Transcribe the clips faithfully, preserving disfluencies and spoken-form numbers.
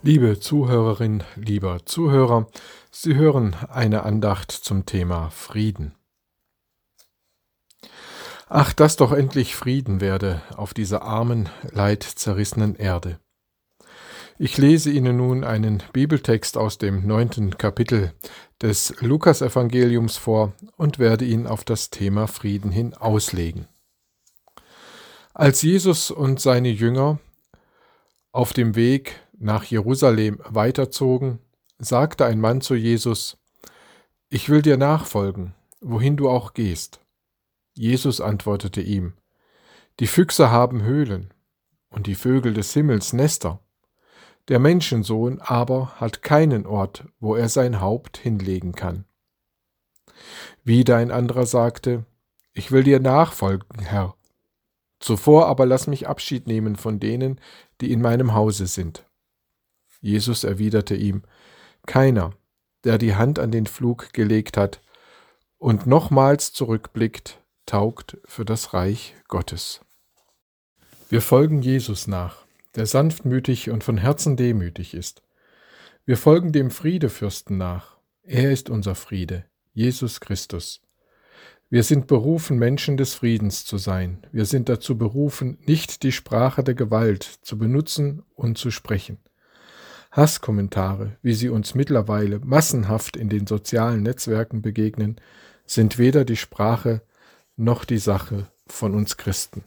Liebe Zuhörerin, lieber Zuhörer, Sie hören eine Andacht zum Thema Frieden. Ach, dass doch endlich Frieden werde auf dieser armen, leidzerrissenen Erde. Ich lese Ihnen nun einen Bibeltext aus dem neunten Kapitel des Lukasevangeliums vor und werde ihn auf das Thema Frieden hin auslegen. Als Jesus und seine Jünger auf dem Weg nach Jerusalem weiterzogen, sagte ein Mann zu Jesus: Ich will dir nachfolgen, wohin du auch gehst. Jesus antwortete ihm: Die Füchse haben Höhlen und die Vögel des Himmels Nester. Der Menschensohn aber hat keinen Ort, wo er sein Haupt hinlegen kann. Wieder ein anderer sagte: Ich will dir nachfolgen, Herr. Zuvor aber lass mich Abschied nehmen von denen, die in meinem Hause sind. Jesus erwiderte ihm: Keiner, der die Hand an den Pflug gelegt hat und nochmals zurückblickt, taugt für das Reich Gottes. Wir folgen Jesus nach, der sanftmütig und von Herzen demütig ist. Wir folgen dem Friedefürsten nach. Er ist unser Friede, Jesus Christus. Wir sind berufen, Menschen des Friedens zu sein. Wir sind dazu berufen, nicht die Sprache der Gewalt zu benutzen und zu sprechen. Hasskommentare, wie sie uns mittlerweile massenhaft in den sozialen Netzwerken begegnen, sind weder die Sprache noch die Sache von uns Christen.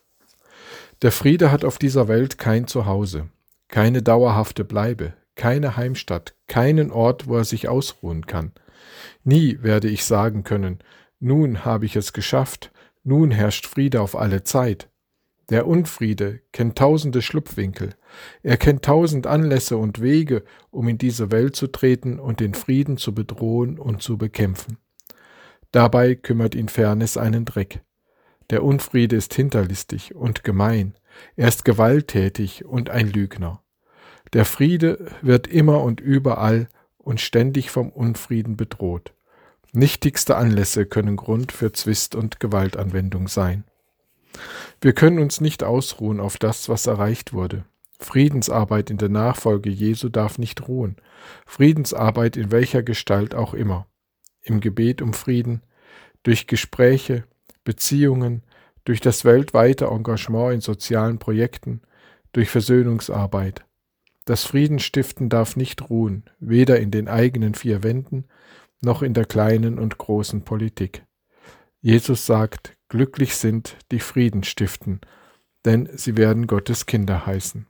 Der Friede hat auf dieser Welt kein Zuhause, keine dauerhafte Bleibe, keine Heimstatt, keinen Ort, wo er sich ausruhen kann. Nie werde ich sagen können: Nun habe ich es geschafft, nun herrscht Friede auf alle Zeit. Der Unfriede kennt tausende Schlupfwinkel. Er kennt tausend Anlässe und Wege, um in diese Welt zu treten und den Frieden zu bedrohen und zu bekämpfen. Dabei kümmert ihn Fairness einen Dreck. Der Unfriede ist hinterlistig und gemein. Er ist gewalttätig und ein Lügner. Der Friede wird immer und überall und ständig vom Unfrieden bedroht. Nichtigste Anlässe können Grund für Zwist und Gewaltanwendung sein. Wir können uns nicht ausruhen auf das, was erreicht wurde. Friedensarbeit in der Nachfolge Jesu darf nicht ruhen. Friedensarbeit in welcher Gestalt auch immer. Im Gebet um Frieden, durch Gespräche, Beziehungen, durch das weltweite Engagement in sozialen Projekten, durch Versöhnungsarbeit. Das Friedensstiften darf nicht ruhen, weder in den eigenen vier Wänden, noch in der kleinen und großen Politik. Jesus sagt: Glücklich sind, die Frieden stiften, denn sie werden Gottes Kinder heißen.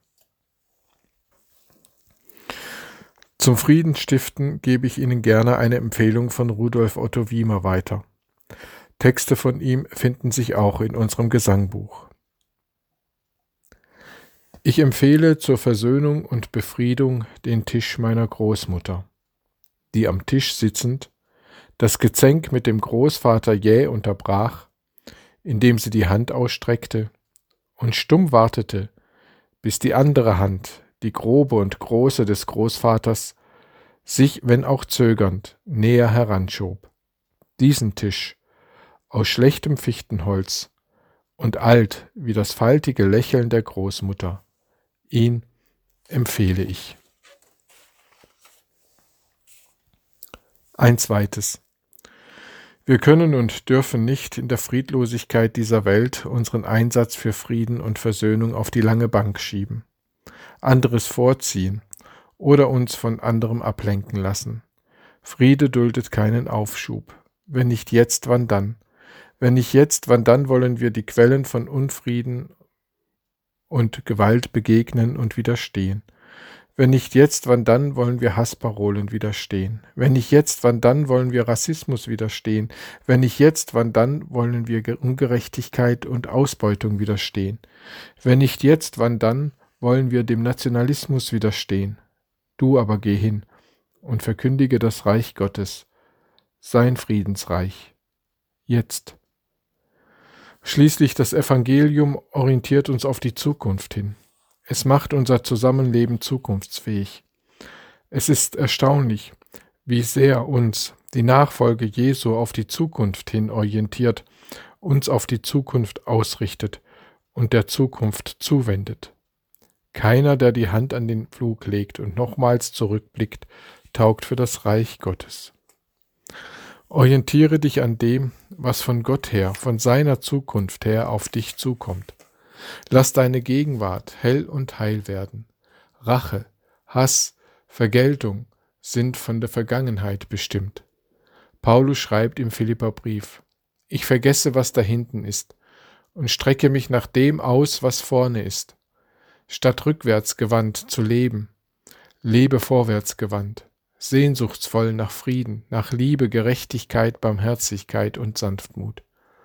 Zum Friedensstiften gebe ich Ihnen gerne eine Empfehlung von Rudolf Otto Wiemer weiter. Texte von ihm finden sich auch in unserem Gesangbuch. Ich empfehle zur Versöhnung und Befriedung den Tisch meiner Großmutter, die am Tisch sitzend das Gezänk mit dem Großvater jäh unterbrach, indem sie die Hand ausstreckte und stumm wartete, bis die andere Hand, die grobe und große des Großvaters, sich, wenn auch zögernd, näher heranschob. Diesen Tisch, aus schlechtem Fichtenholz und alt wie das faltige Lächeln der Großmutter, ihn empfehle ich. Ein zweites. Wir können und dürfen nicht in der Friedlosigkeit dieser Welt unseren Einsatz für Frieden und Versöhnung auf die lange Bank schieben, anderes vorziehen oder uns von anderem ablenken lassen. Friede duldet keinen Aufschub. Wenn nicht jetzt, wann dann? Wenn nicht jetzt, wann dann wollen wir die Quellen von Unfrieden und Gewalt begegnen und widerstehen? Wenn nicht jetzt, wann dann wollen wir Hassparolen widerstehen? Wenn nicht jetzt, wann dann wollen wir Rassismus widerstehen? Wenn nicht jetzt, wann dann wollen wir Ungerechtigkeit und Ausbeutung widerstehen? Wenn nicht jetzt, wann dann wollen wir dem Nationalismus widerstehen? Du aber geh hin und verkündige das Reich Gottes, sein Friedensreich. Jetzt. Schließlich das Evangelium orientiert uns auf die Zukunft hin. Es macht unser Zusammenleben zukunftsfähig. Es ist erstaunlich, wie sehr uns die Nachfolge Jesu auf die Zukunft hin orientiert, uns auf die Zukunft ausrichtet und der Zukunft zuwendet. Keiner, der die Hand an den Pflug legt und nochmals zurückblickt, taugt für das Reich Gottes. Orientiere dich an dem, was von Gott her, von seiner Zukunft her auf dich zukommt. Lass deine Gegenwart hell und heil werden. Rache, Hass, Vergeltung sind von der Vergangenheit bestimmt. Paulus schreibt im Philipperbrief: Ich vergesse, was da hinten ist, und strecke mich nach dem aus, was vorne ist. Statt rückwärts gewandt zu leben, lebe vorwärts gewandt, sehnsuchtsvoll nach Frieden, nach Liebe, Gerechtigkeit, Barmherzigkeit und Sanftmut.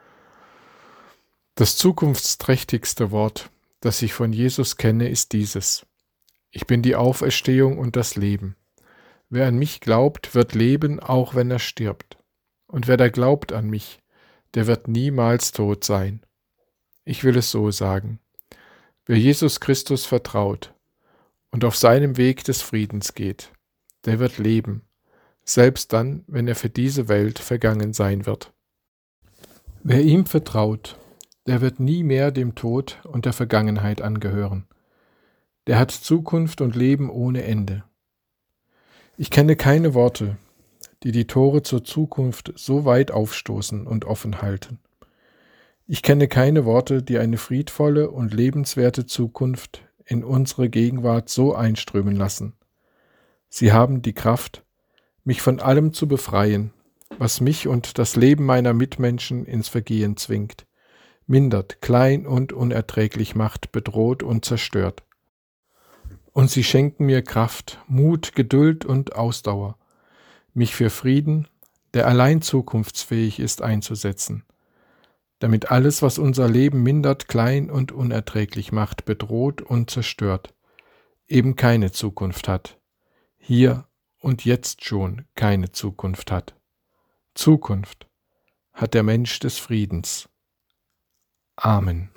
Das zukunftsträchtigste Wort, das ich von Jesus kenne, ist dieses: Ich bin die Auferstehung und das Leben. Wer an mich glaubt, wird leben, auch wenn er stirbt. Und wer da glaubt an mich, der wird niemals tot sein. Ich will es so sagen: Wer Jesus Christus vertraut und auf seinem Weg des Friedens geht, der wird leben, selbst dann, wenn er für diese Welt vergangen sein wird. Wer ihm vertraut, der wird nie mehr dem Tod und der Vergangenheit angehören. Der hat Zukunft und Leben ohne Ende. Ich kenne keine Worte, die die Tore zur Zukunft so weit aufstoßen und offen halten. Ich kenne keine Worte, die eine friedvolle und lebenswerte Zukunft in unsere Gegenwart so einströmen lassen. Sie haben die Kraft, mich von allem zu befreien, was mich und das Leben meiner Mitmenschen ins Vergehen zwingt, mindert, klein und unerträglich macht, bedroht und zerstört. Und sie schenken mir Kraft, Mut, Geduld und Ausdauer, mich für Frieden, der allein zukunftsfähig ist, einzusetzen, damit alles, was unser Leben mindert, klein und unerträglich macht, bedroht und zerstört, eben keine Zukunft hat, hier und jetzt schon keine Zukunft hat. Zukunft hat der Mensch des Friedens. Amen.